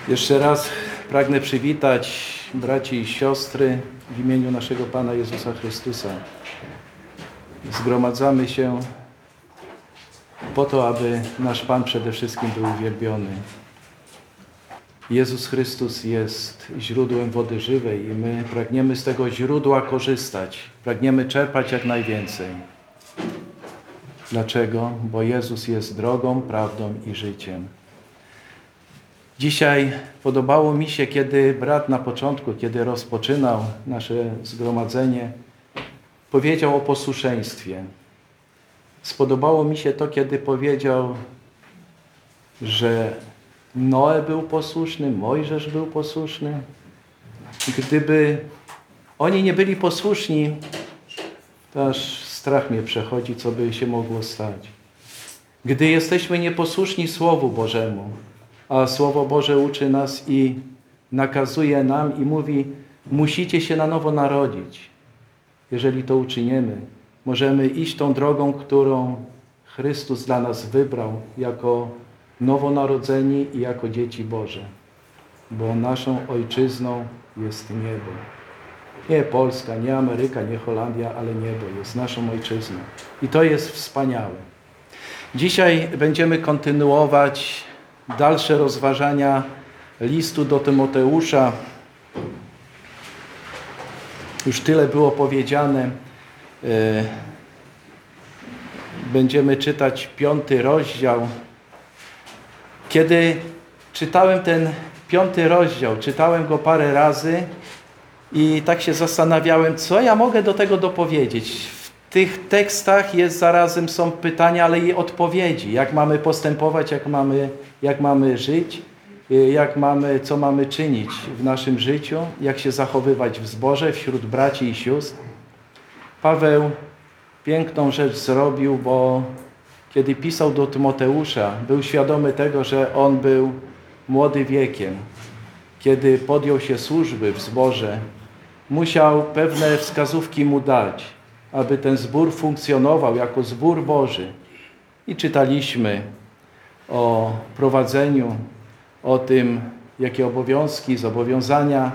Jeszcze raz pragnę przywitać braci i siostry w imieniu naszego Pana Jezusa Chrystusa. Zgromadzamy się po to, aby nasz Pan przede wszystkim był uwielbiony. Jezus Chrystus jest źródłem wody żywej i my pragniemy z tego źródła korzystać. Pragniemy czerpać jak najwięcej. Dlaczego? Bo Jezus jest drogą, prawdą i życiem. Dzisiaj podobało mi się, kiedy brat na początku, kiedy rozpoczynał nasze zgromadzenie, powiedział o posłuszeństwie. Spodobało mi się to, kiedy powiedział, że Noe był posłuszny, Mojżesz był posłuszny. Gdyby oni nie byli posłuszni, to aż strach mnie przechodzi, co by się mogło stać. Gdy jesteśmy nieposłuszni Słowu Bożemu, a Słowo Boże uczy nas i nakazuje nam i mówi, musicie się na nowo narodzić. Jeżeli to uczynimy, możemy iść tą drogą, którą Chrystus dla nas wybrał jako nowonarodzeni i jako dzieci Boże. Bo naszą ojczyzną jest niebo. Nie Polska, nie Ameryka, nie Holandia, ale niebo jest naszą ojczyzną. I to jest wspaniałe. Dzisiaj będziemy kontynuować dalsze rozważania listu do Tymoteusza. Już tyle było powiedziane. Będziemy czytać 5 rozdział. Kiedy czytałem ten 5 rozdział, czytałem go parę razy i tak się zastanawiałem, co ja mogę do tego dopowiedzieć. W tych tekstach zarazem są pytania, ale i odpowiedzi. Jak mamy postępować, jak mamy żyć, co mamy czynić w naszym życiu, jak się zachowywać w zborze, wśród braci i sióstr. Paweł piękną rzecz zrobił, bo kiedy pisał do Tymoteusza, był świadomy tego, że on był młody wiekiem. Kiedy podjął się służby w zborze, musiał pewne wskazówki mu dać, aby ten zbór funkcjonował jako zbór Boży. I czytaliśmy o prowadzeniu, o tym, jakie obowiązki, zobowiązania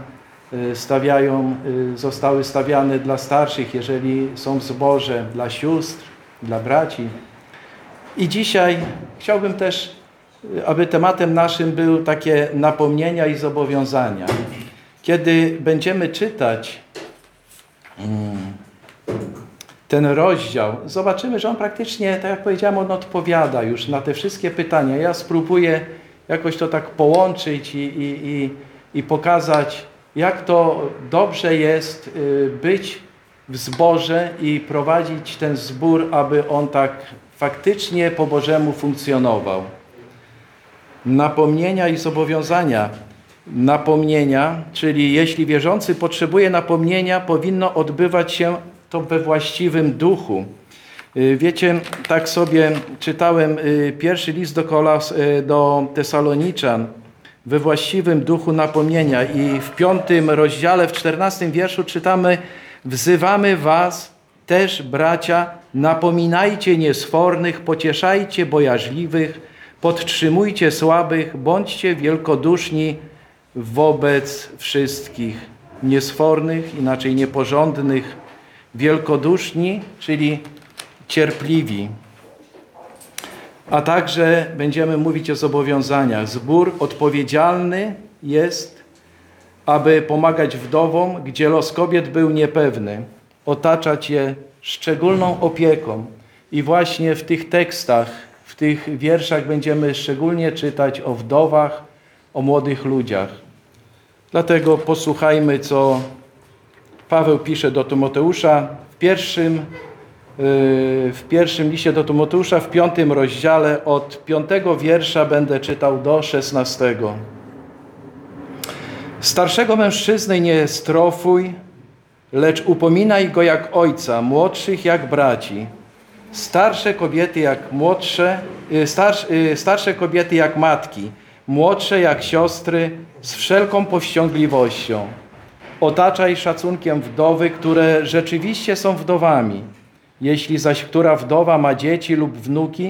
zostały stawiane dla starszych, jeżeli są w zborze, dla sióstr, dla braci. I dzisiaj chciałbym też, aby tematem naszym był takie napomnienia i zobowiązania. Kiedy będziemy czytać ten rozdział, zobaczymy, że on praktycznie, tak jak powiedziałem, on odpowiada już na te wszystkie pytania. Ja spróbuję jakoś to tak połączyć i pokazać, jak to dobrze jest być w zborze i prowadzić ten zbór, aby on tak faktycznie po Bożemu funkcjonował. Napomnienia i zobowiązania. Napomnienia, czyli jeśli wierzący potrzebuje napomnienia, powinno odbywać się to we właściwym duchu. Wiecie, tak sobie czytałem pierwszy list do Tesaloniczan, we właściwym duchu napomnienia i w 5 rozdziale, w 14 wierszu czytamy: wzywamy was też, bracia, napominajcie niesfornych, pocieszajcie bojaźliwych, podtrzymujcie słabych, bądźcie wielkoduszni wobec wszystkich. Niesfornych, inaczej nieporządnych, wielkoduszni, czyli cierpliwi. A także będziemy mówić o zobowiązaniach. Zbór odpowiedzialny jest, aby pomagać wdowom, gdzie los kobiet był niepewny, otaczać je szczególną opieką. I właśnie w tych tekstach, w tych wierszach będziemy szczególnie czytać o wdowach, o młodych ludziach. Dlatego posłuchajmy, co Paweł pisze do Tymoteusza w pierwszym liście do Tymoteusza, w 5 rozdziale, od 5 wiersza będę czytał do 16. Starszego mężczyzny nie strofuj, lecz upominaj go jak ojca, młodszych jak braci. Starsze kobiety jak matki, młodsze jak siostry, z wszelką powściągliwością. Otaczaj szacunkiem wdowy, które rzeczywiście są wdowami. Jeśli zaś która wdowa ma dzieci lub wnuki,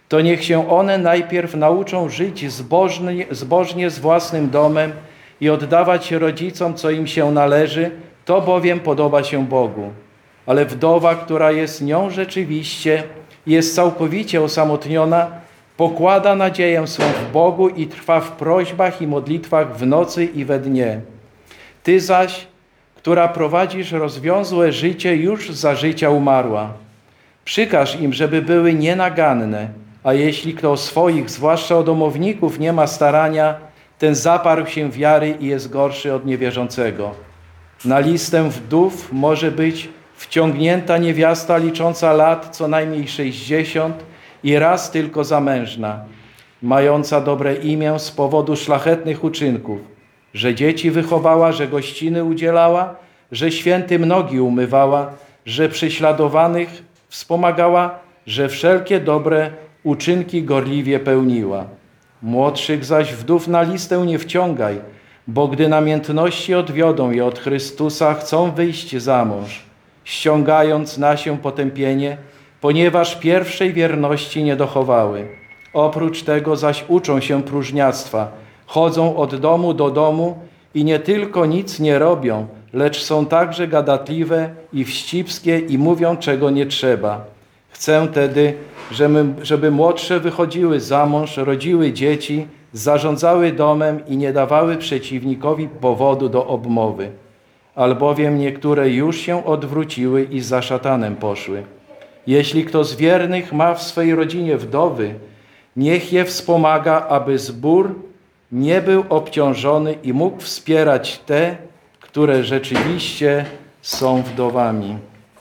to niech się one najpierw nauczą żyć zbożnie z własnym domem i oddawać rodzicom, co im się należy, to bowiem podoba się Bogu. Ale wdowa, która jest nią rzeczywiście, jest całkowicie osamotniona, pokłada nadzieję swą w Bogu i trwa w prośbach i modlitwach w nocy i we dnie. Ty zaś, która prowadzisz rozwiązłe życie, już za życia umarła. Przykaż im, żeby były nienaganne, a jeśli kto swoich, zwłaszcza o domowników, nie ma starania, ten zaparł się wiary i jest gorszy od niewierzącego. Na listę wdów może być wciągnięta niewiasta licząca lat co najmniej 60 i raz tylko zamężna, mająca dobre imię z powodu szlachetnych uczynków, że dzieci wychowała, że gościny udzielała, że świętym nogi umywała, że prześladowanych wspomagała, że wszelkie dobre uczynki gorliwie pełniła. Młodszych zaś wdów na listę nie wciągaj, bo gdy namiętności odwiodą je od Chrystusa, chcą wyjść za mąż, ściągając na się potępienie, ponieważ pierwszej wierności nie dochowały. Oprócz tego zaś uczą się próżniactwa, chodzą od domu do domu i nie tylko nic nie robią, lecz są także gadatliwe i wścibskie i mówią, czego nie trzeba. Chcę tedy, żeby młodsze wychodziły za mąż, rodziły dzieci, zarządzały domem i nie dawały przeciwnikowi powodu do obmowy. Albowiem niektóre już się odwróciły i za szatanem poszły. Jeśli kto z wiernych ma w swej rodzinie wdowy, niech je wspomaga, aby zbór nie był obciążony i mógł wspierać te, które rzeczywiście są wdowami.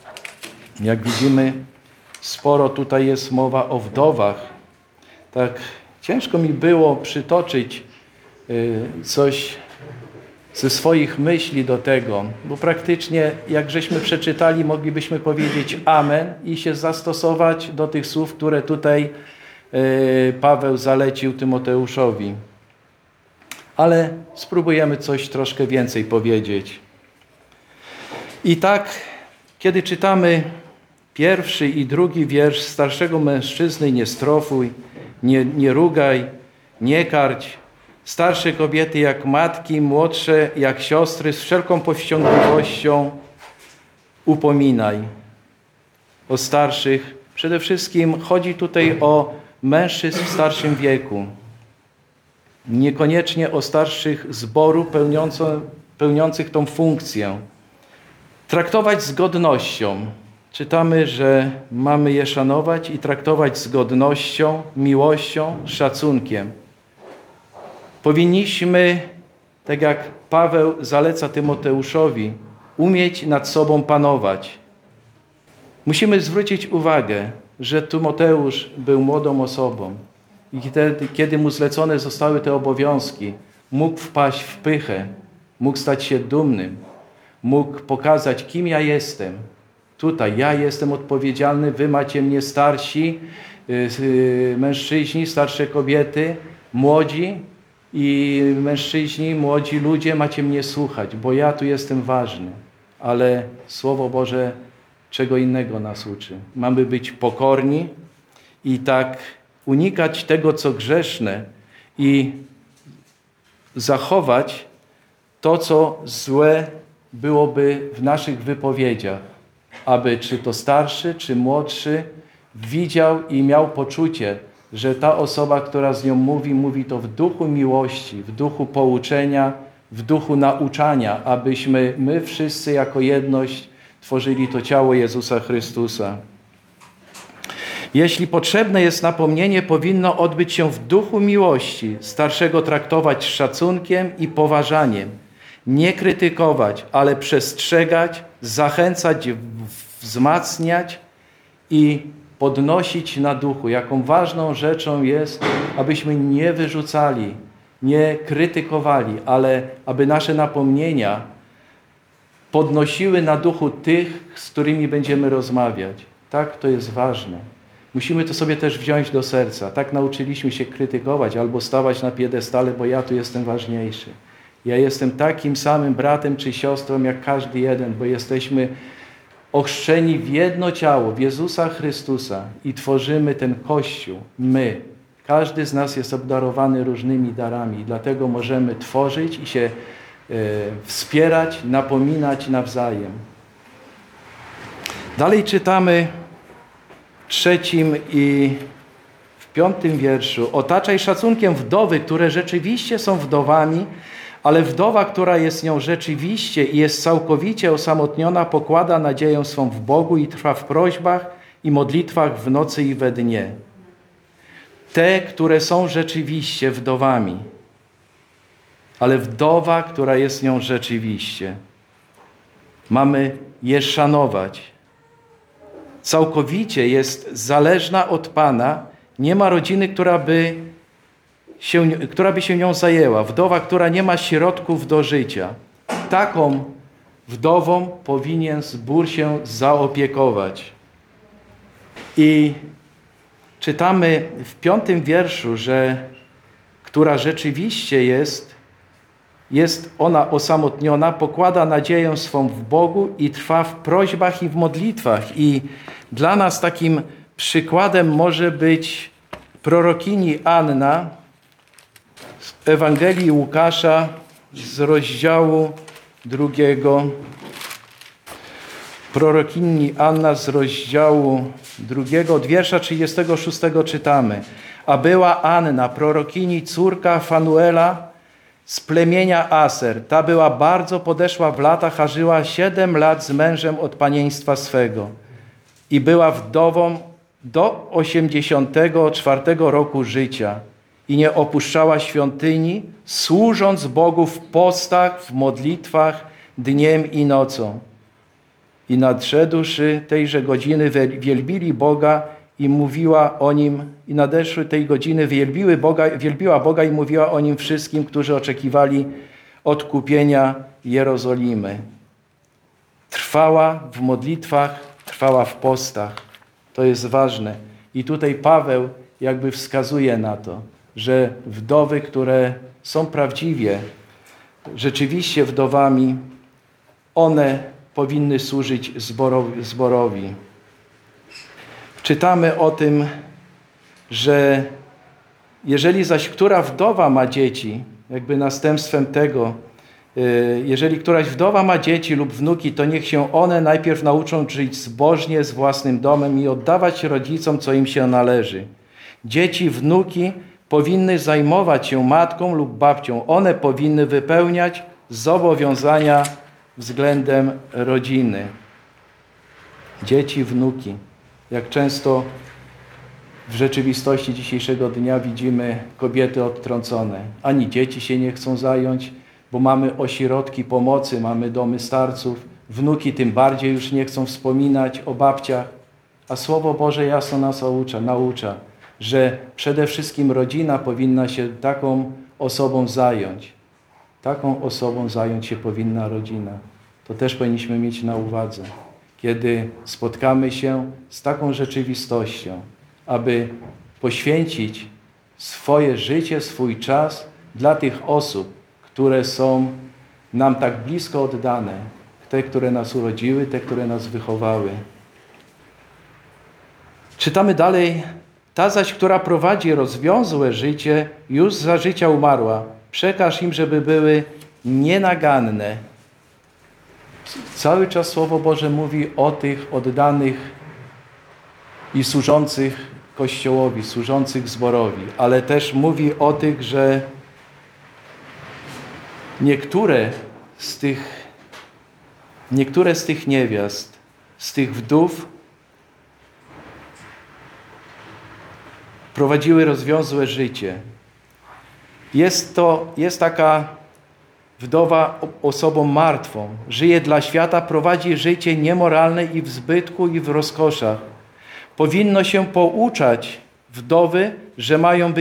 Jak widzimy, sporo tutaj jest mowa o wdowach. Tak ciężko mi było przytoczyć coś ze swoich myśli do tego, bo praktycznie jak żeśmy przeczytali, moglibyśmy powiedzieć amen i się zastosować do tych słów, które tutaj Paweł zalecił Tymoteuszowi. Ale spróbujemy coś troszkę więcej powiedzieć. I tak, kiedy czytamy pierwszy i drugi wiersz: starszego mężczyzny nie strofuj, nie rugaj, nie karć, starsze kobiety jak matki, młodsze jak siostry, z wszelką powściągliwością upominaj. O starszych przede wszystkim chodzi tutaj o mężczyzn w starszym wieku. Niekoniecznie o starszych zboru pełniących tą funkcję. Traktować z godnością. Czytamy, że mamy je szanować i traktować z godnością, miłością, szacunkiem. Powinniśmy, tak jak Paweł zaleca Tymoteuszowi, umieć nad sobą panować. Musimy zwrócić uwagę, że Tymoteusz był młodą osobą i kiedy mu zlecone zostały te obowiązki, mógł wpaść w pychę, mógł stać się dumnym, mógł pokazać, kim ja jestem. Tutaj ja jestem odpowiedzialny, wy macie mnie starsi, mężczyźni, starsze kobiety, młodzi i mężczyźni, młodzi ludzie, macie mnie słuchać, bo ja tu jestem ważny. Ale Słowo Boże czego innego nas uczy. Mamy być pokorni i tak unikać tego, co grzeszne i zachować to, co złe byłoby w naszych wypowiedziach, aby czy to starszy, czy młodszy widział i miał poczucie, że ta osoba, która z nią mówi to w duchu miłości, w duchu pouczenia, w duchu nauczania, abyśmy my wszyscy jako jedność tworzyli to ciało Jezusa Chrystusa. Jeśli potrzebne jest napomnienie, powinno odbyć się w duchu miłości, starszego traktować z szacunkiem i poważaniem, nie krytykować, ale przestrzegać, zachęcać, wzmacniać i podnosić na duchu. Jaką ważną rzeczą jest, abyśmy nie wyrzucali, nie krytykowali, ale aby nasze napomnienia podnosiły na duchu tych, z którymi będziemy rozmawiać. Tak, to jest ważne. Musimy to sobie też wziąć do serca. Tak nauczyliśmy się krytykować albo stawać na piedestale, bo ja tu jestem ważniejszy. Ja jestem takim samym bratem czy siostrą jak każdy jeden, bo jesteśmy ochrzczeni w jedno ciało, w Jezusa Chrystusa i tworzymy ten Kościół, my. Każdy z nas jest obdarowany różnymi darami, dlatego możemy tworzyć i się wspierać, napominać nawzajem. Dalej czytamy w 3 i w 5 wierszu. Otaczaj szacunkiem wdowy, które rzeczywiście są wdowami, ale wdowa, która jest nią rzeczywiście i jest całkowicie osamotniona, pokłada nadzieję swą w Bogu i trwa w prośbach i modlitwach w nocy i we dnie. Te, które są rzeczywiście wdowami, ale wdowa, która jest nią rzeczywiście. Mamy je szanować. Całkowicie jest zależna od Pana. Nie ma rodziny, która by się nią zajęła. Wdowa, która nie ma środków do życia. Taką wdową powinien zbór się zaopiekować. I czytamy w 5 wierszu, że która rzeczywiście jest ona osamotniona, pokłada nadzieję swą w Bogu i trwa w prośbach i w modlitwach. I dla nas takim przykładem może być prorokini Anna z Ewangelii Łukasza z rozdziału 2. Prorokini Anna z rozdziału 2, od wiersza 36 czytamy. A była Anna, prorokini, córka Fanuela, z plemienia Aser. Ta była bardzo podeszła w latach, a żyła 7 lat z mężem od panieństwa swego. I była wdową do 84 roku życia. I nie opuszczała świątyni, służąc Bogu w postach, w modlitwach, dniem i nocą. I nadszedłszy tejże godziny wielbili Boga i mówiła o Nim, i nadeszły tej godziny wielbiła Boga i mówiła o Nim wszystkim, którzy oczekiwali odkupienia Jerozolimy. Trwała w modlitwach, trwała w postach. To jest ważne. I tutaj Paweł jakby wskazuje na to, że wdowy, które są prawdziwie, rzeczywiście wdowami, one powinny służyć zborowi. Czytamy o tym, że jeżeli zaś która wdowa ma dzieci, jakby następstwem tego, jeżeli któraś wdowa ma dzieci lub wnuki, to niech się one najpierw nauczą żyć zbożnie z własnym domem i oddawać rodzicom, co im się należy. Dzieci, wnuki powinny zajmować się matką lub babcią. One powinny wypełniać zobowiązania względem rodziny. Dzieci, wnuki. Jak często w rzeczywistości dzisiejszego dnia widzimy kobiety odtrącone. Ani dzieci się nie chcą zająć, bo mamy ośrodki pomocy, mamy domy starców. Wnuki tym bardziej już nie chcą wspominać o babciach. A Słowo Boże jasno nas naucza, że przede wszystkim rodzina powinna się taką osobą zająć. Taką osobą zająć się powinna rodzina. To też powinniśmy mieć na uwadze, kiedy spotkamy się z taką rzeczywistością, aby poświęcić swoje życie, swój czas dla tych osób, które są nam tak blisko oddane, te, które nas urodziły, te, które nas wychowały. Czytamy dalej. Ta zaś, która prowadzi rozwiązłe życie, już za życia umarła. Przekaż im, żeby były nienaganne. Cały czas Słowo Boże mówi o tych oddanych i służących Kościołowi, służących zborowi, ale też mówi o tych, że niektóre z tych niewiast, z tych wdów prowadziły rozwiązłe życie. Jest taka wdowa osobą martwą. Żyje dla świata, prowadzi życie niemoralne i w zbytku, i w rozkoszach. Powinno się pouczać wdowy, że mają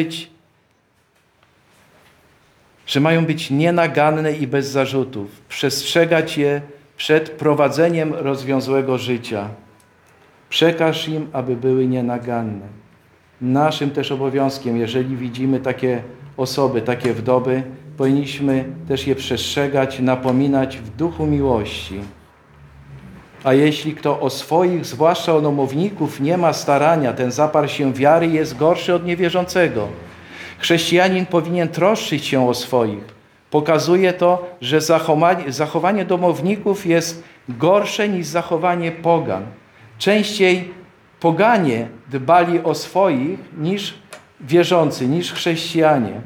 być nienaganne i bez zarzutów. Przestrzegać je przed prowadzeniem rozwiązłego życia. Przekaż im, aby były nienaganne. Naszym też obowiązkiem, jeżeli widzimy takie osoby, takie wdowy, powinniśmy też je przestrzegać, napominać w duchu miłości. A jeśli kto o swoich, zwłaszcza o domowników, nie ma starania, ten zaparł się wiary i jest gorszy od niewierzącego. Chrześcijanin powinien troszczyć się o swoich. Pokazuje to, że zachowanie domowników jest gorsze niż zachowanie pogan. Częściej poganie dbali o swoich niż wierzący, niż chrześcijanie.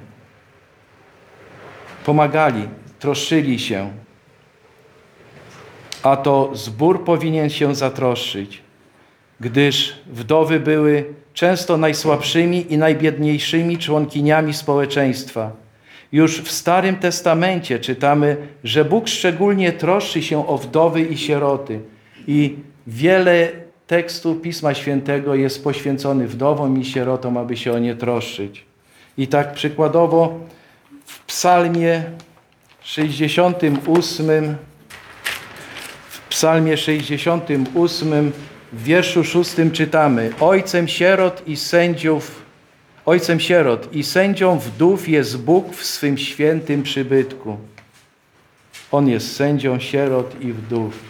Pomagali, troszczyli się. A to zbór powinien się zatroszczyć, gdyż wdowy były często najsłabszymi i najbiedniejszymi członkiniami społeczeństwa. Już w Starym Testamencie czytamy, że Bóg szczególnie troszczy się o wdowy i sieroty. I wiele tekstu Pisma Świętego jest poświęcony wdowom i sierotom, aby się o nie troszczyć. I tak przykładowo w Psalmie 68, w wierszu 6 czytamy: Ojcem sierot i sędzią wdów jest Bóg w swym świętym przybytku. On jest sędzią sierot i wdów.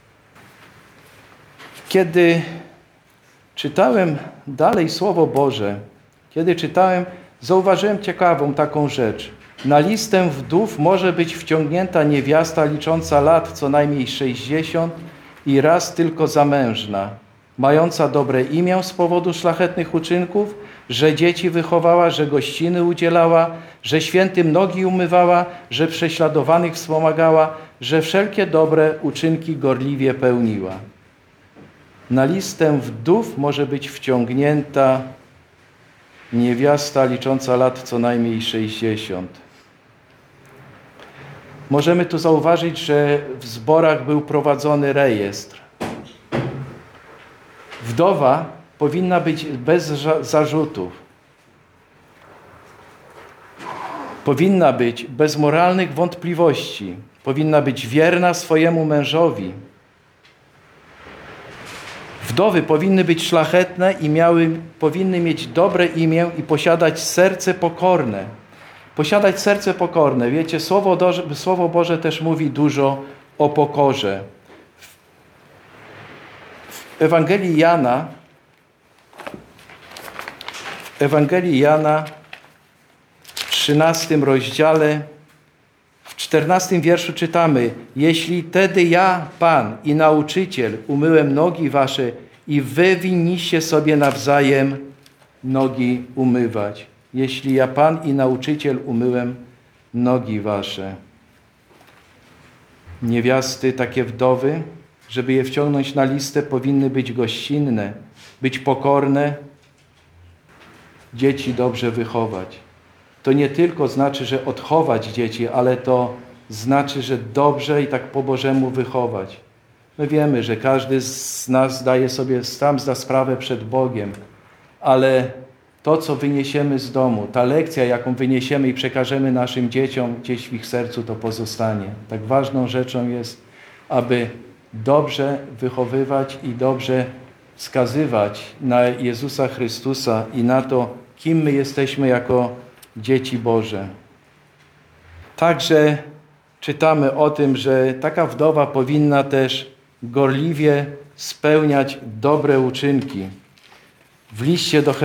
Kiedy czytałem dalej Słowo Boże, zauważyłem ciekawą taką rzecz. Na listę wdów może być wciągnięta niewiasta licząca lat co najmniej 60 i raz tylko zamężna, mająca dobre imię z powodu szlachetnych uczynków, że dzieci wychowała, że gościny udzielała, że świętym nogi umywała, że prześladowanych wspomagała, że wszelkie dobre uczynki gorliwie pełniła. Na listę wdów może być wciągnięta niewiasta licząca lat co najmniej 60. Możemy tu zauważyć, że w zborach był prowadzony rejestr. Wdowa powinna być bez zarzutów. Powinna być bez moralnych wątpliwości. Powinna być wierna swojemu mężowi. Wdowy powinny być szlachetne i powinny mieć dobre imię i posiadać serce pokorne. Posiadać serce pokorne. Wiecie, Słowo Boże też mówi dużo o pokorze. W Ewangelii Jana w 13 rozdziale, w 14 wierszu czytamy: Jeśli tedy ja, Pan i nauczyciel, umyłem nogi wasze i wy winniście sobie nawzajem nogi umywać. Jeśli ja, Pan i nauczyciel, umyłem nogi wasze. Niewiasty, takie wdowy, żeby je wciągnąć na listę, powinny być gościnne, być pokorne, dzieci dobrze wychować. To nie tylko znaczy, że odchować dzieci, ale to znaczy, że dobrze i tak po Bożemu wychować. My wiemy, że każdy z nas zda sprawę przed Bogiem, ale to, co wyniesiemy z domu, ta lekcja, jaką wyniesiemy i przekażemy naszym dzieciom, gdzieś w ich sercu to pozostanie. Tak ważną rzeczą jest, aby dobrze wychowywać i dobrze wskazywać na Jezusa Chrystusa i na to, kim my jesteśmy jako dzieci Boże. Także czytamy o tym, że taka wdowa powinna też gorliwie spełniać dobre uczynki. W liście do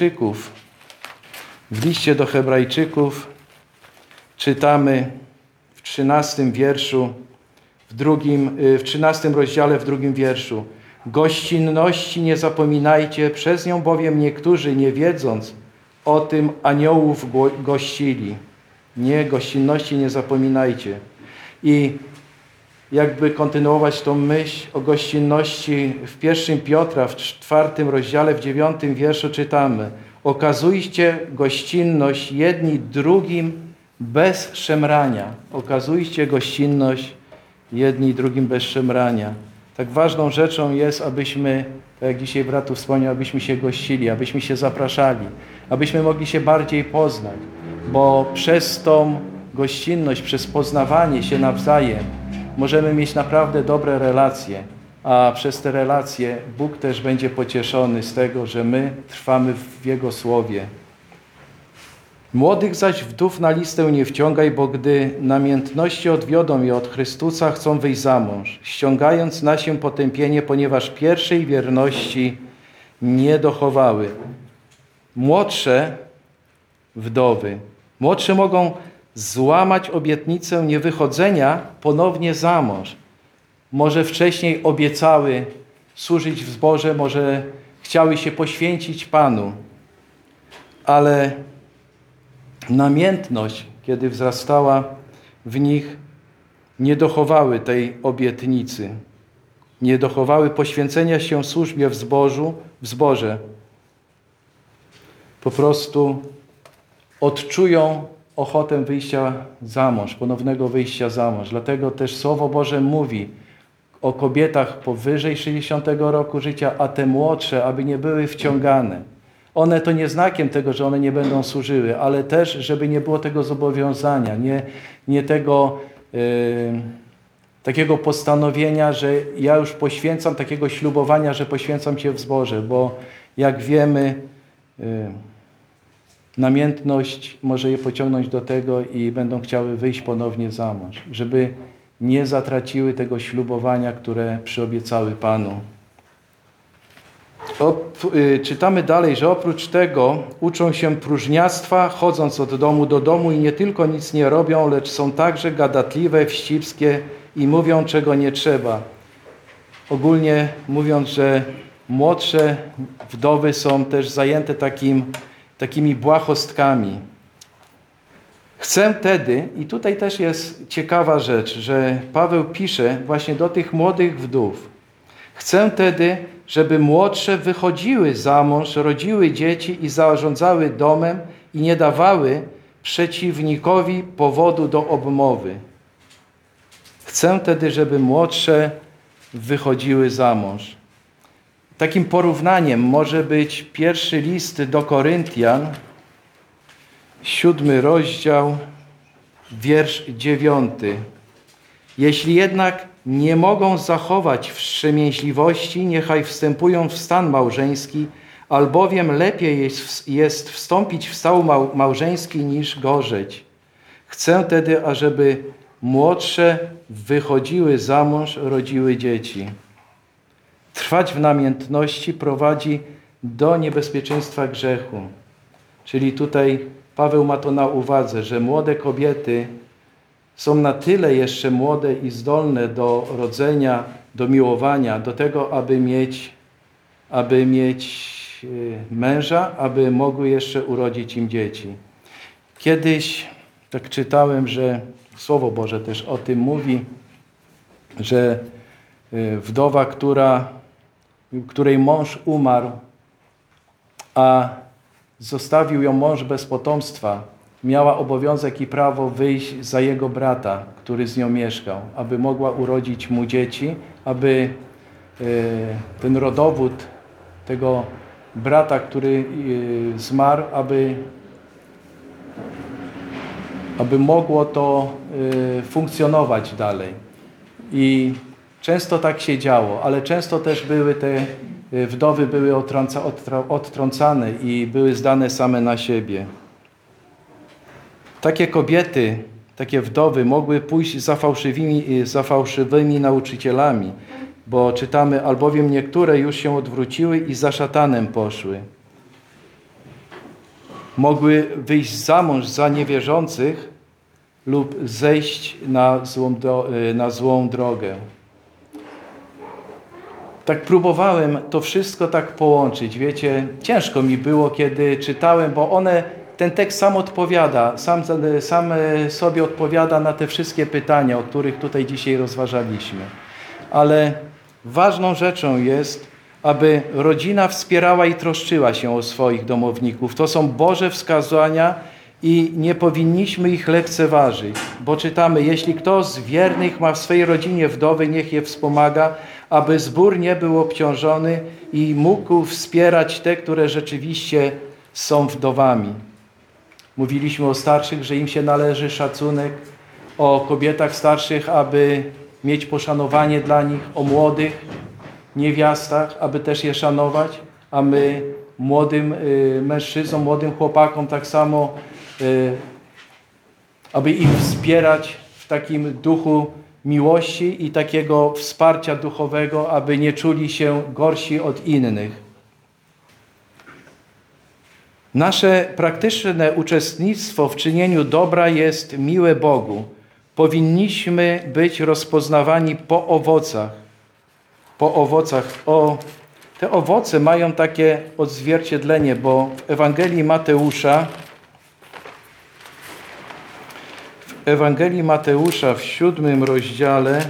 Hebrajczyków czytamy w 13 wierszu, w 13 rozdziale, w 2 wierszu: Gościnności nie zapominajcie, przez nią bowiem niektórzy, nie wiedząc o tym, aniołów gościli. Nie, gościnności nie zapominajcie. I jakby kontynuować tą myśl o gościnności, w 1 Piotra, w 4 rozdziale, w 9 wierszu czytamy: Okazujcie gościnność jedni drugim bez szemrania. Okazujcie gościnność jedni drugim bez szemrania. Tak ważną rzeczą jest, abyśmy, tak jak dzisiaj brat tu wspomniał, abyśmy się gościli, abyśmy się zapraszali, abyśmy mogli się bardziej poznać, bo przez tą gościnność, przez poznawanie się nawzajem możemy mieć naprawdę dobre relacje, a przez te relacje Bóg też będzie pocieszony z tego, że my trwamy w Jego Słowie. Młodych zaś wdów na listę nie wciągaj, bo gdy namiętności odwiodą je od Chrystusa, chcą wyjść za mąż, ściągając na się potępienie, ponieważ pierwszej wierności nie dochowały. Młodsze wdowy, młodsze mogą złamać obietnicę niewychodzenia ponownie za mąż. Może wcześniej obiecały służyć w zborze, może chciały się poświęcić Panu, ale namiętność, kiedy wzrastała w nich, nie dochowały tej obietnicy. Nie dochowały poświęcenia się służbie w zborze. Po prostu odczują ochotę wyjścia za mąż, ponownego wyjścia za mąż. Dlatego też Słowo Boże mówi o kobietach powyżej 60 roku życia, a te młodsze, aby nie były wciągane. One to nie znakiem tego, że one nie będą służyły, ale też, żeby nie było tego zobowiązania, nie tego takiego postanowienia, że ja już poświęcam, takiego ślubowania, że poświęcam się w zborze, bo jak wiemy, namiętność może je pociągnąć do tego i będą chciały wyjść ponownie za mąż, żeby nie zatraciły tego ślubowania, które przyobiecały Panu. Czytamy dalej, że oprócz tego uczą się próżniactwa, chodząc od domu do domu i nie tylko nic nie robią, lecz są także gadatliwe, wścibskie i mówią, czego nie trzeba. Ogólnie mówiąc, że młodsze wdowy są też zajęte takimi błahostkami. Chcę tedy, i tutaj też jest ciekawa rzecz, że Paweł pisze właśnie do tych młodych wdów. Chcę tedy, żeby młodsze wychodziły za mąż, rodziły dzieci i zarządzały domem i nie dawały przeciwnikowi powodu do obmowy. Chcę tedy, żeby młodsze wychodziły za mąż. Takim porównaniem może być pierwszy list do Koryntian, 7 rozdział, wiersz 9. Jeśli jednak nie mogą zachować wstrzemięźliwości, niechaj wstępują w stan małżeński, albowiem lepiej jest wstąpić w stan małżeński niż gorzeć. Chcę tedy, ażeby młodsze wychodziły za mąż, rodziły dzieci. Trwać w namiętności prowadzi do niebezpieczeństwa grzechu. Czyli tutaj Paweł ma to na uwadze, że młode kobiety są na tyle jeszcze młode i zdolne do rodzenia, do miłowania, do tego, aby mieć męża, aby mogły jeszcze urodzić im dzieci. Kiedyś tak czytałem, że Słowo Boże też o tym mówi, że wdowa, której mąż umarł, a zostawił ją mąż bez potomstwa, miała obowiązek i prawo wyjść za jego brata, który z nią mieszkał, aby mogła urodzić mu dzieci, aby ten rodowód tego brata, który zmarł, aby mogło to funkcjonować dalej. I często tak się działo, ale często też były te wdowy były odtrącane i były zdane same na siebie. Takie kobiety, takie wdowy mogły pójść za fałszywymi nauczycielami, bo czytamy, albowiem niektóre już się odwróciły i za szatanem poszły. Mogły wyjść za mąż za niewierzących lub zejść na złą drogę. Tak próbowałem to wszystko tak połączyć. Wiecie, ciężko mi było, kiedy czytałem, bo ten tekst sam odpowiada, sam sobie odpowiada na te wszystkie pytania, o których tutaj dzisiaj rozważaliśmy. Ale ważną rzeczą jest, aby rodzina wspierała i troszczyła się o swoich domowników. To są Boże wskazania i nie powinniśmy ich lekceważyć, bo czytamy, jeśli kto z wiernych ma w swej rodzinie wdowy, niech je wspomaga, aby zbór nie był obciążony i mógł wspierać te, które rzeczywiście są wdowami. Mówiliśmy o starszych, że im się należy szacunek, o kobietach starszych, aby mieć poszanowanie dla nich, o młodych niewiastach, aby też je szanować, a my młodym mężczyznom, młodym chłopakom tak samo aby ich wspierać w takim duchu miłości i takiego wsparcia duchowego, aby nie czuli się gorsi od innych. Nasze praktyczne uczestnictwo w czynieniu dobra jest miłe Bogu. Powinniśmy być rozpoznawani po owocach. Po owocach. Te owoce mają takie odzwierciedlenie, bo w Ewangelii Mateusza w 7 rozdziale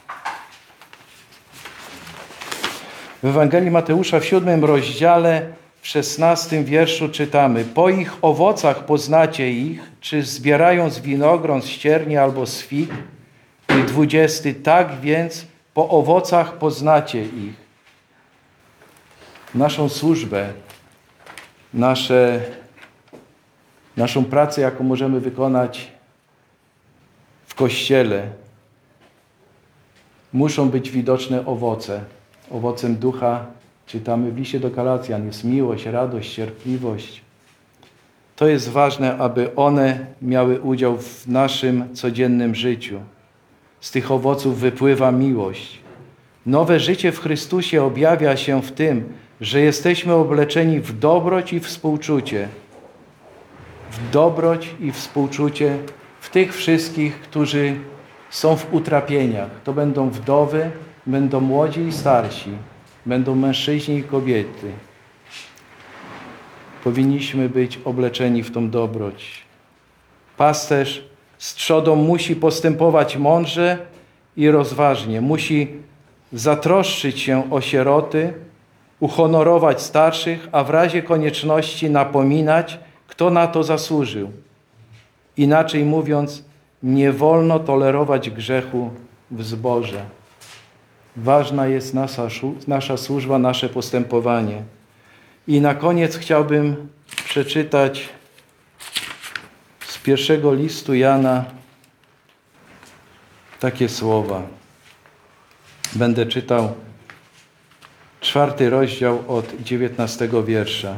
w 16 wierszu czytamy: po ich owocach poznacie ich, czy zbierają z winogron, z ścierni albo z fig. I 20: tak więc po owocach poznacie ich. Naszą służbę, naszą pracę, jaką możemy wykonać w Kościele, muszą być widoczne owoce. Owocem ducha, czytamy w liście do Galacjan, jest miłość, radość, cierpliwość. To jest ważne, aby one miały udział w naszym codziennym życiu. Z tych owoców wypływa miłość. Nowe życie w Chrystusie objawia się w tym, że jesteśmy obleczeni w dobroć i współczucie. W dobroć i współczucie w tych wszystkich, którzy są w utrapieniach. To będą wdowy, będą młodzi i starsi, będą mężczyźni i kobiety. Powinniśmy być obleczeni w tą dobroć. Pasterz z trzodą musi postępować mądrze i rozważnie. Musi zatroszczyć się o sieroty, uhonorować starszych, a w razie konieczności napominać, kto na to zasłużył. Inaczej mówiąc, nie wolno tolerować grzechu w zborze. Ważna jest nasza służba, nasze postępowanie. I na koniec chciałbym przeczytać z pierwszego listu Jana takie słowa. Będę czytał 4 rozdział od 19 wiersza.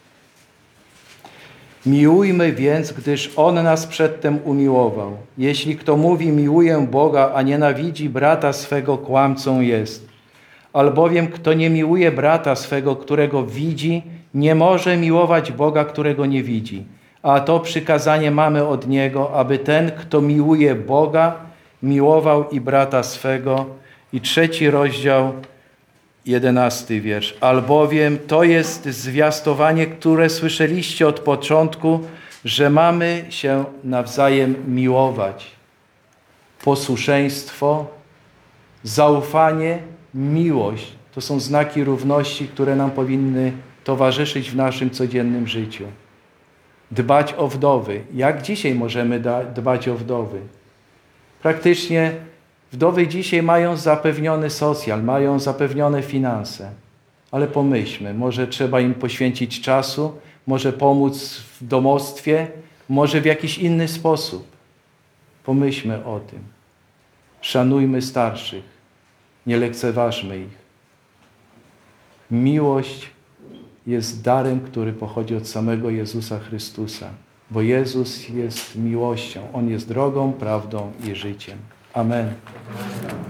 Miłujmy więc, gdyż On nas przedtem umiłował. Jeśli kto mówi, miłuję Boga, a nienawidzi brata swego, kłamcą jest. Albowiem kto nie miłuje brata swego, którego widzi, nie może miłować Boga, którego nie widzi. A to przykazanie mamy od Niego, aby ten, kto miłuje Boga, miłował i brata swego. I 3 rozdział, 11 wiersz. Albowiem to jest zwiastowanie, które słyszeliście od początku, że mamy się nawzajem miłować. Posłuszeństwo, zaufanie, miłość to są znaki równości, które nam powinny towarzyszyć w naszym codziennym życiu. Dbać o wdowy. Jak dzisiaj możemy dbać o wdowy? Praktycznie wdowy dzisiaj mają zapewniony socjal, mają zapewnione finanse. Ale pomyślmy, może trzeba im poświęcić czasu, może pomóc w domostwie, może w jakiś inny sposób. Pomyślmy o tym. Szanujmy starszych, nie lekceważmy ich. Miłość jest darem, który pochodzi od samego Jezusa Chrystusa, bo Jezus jest miłością. On jest drogą, prawdą i życiem. Amen.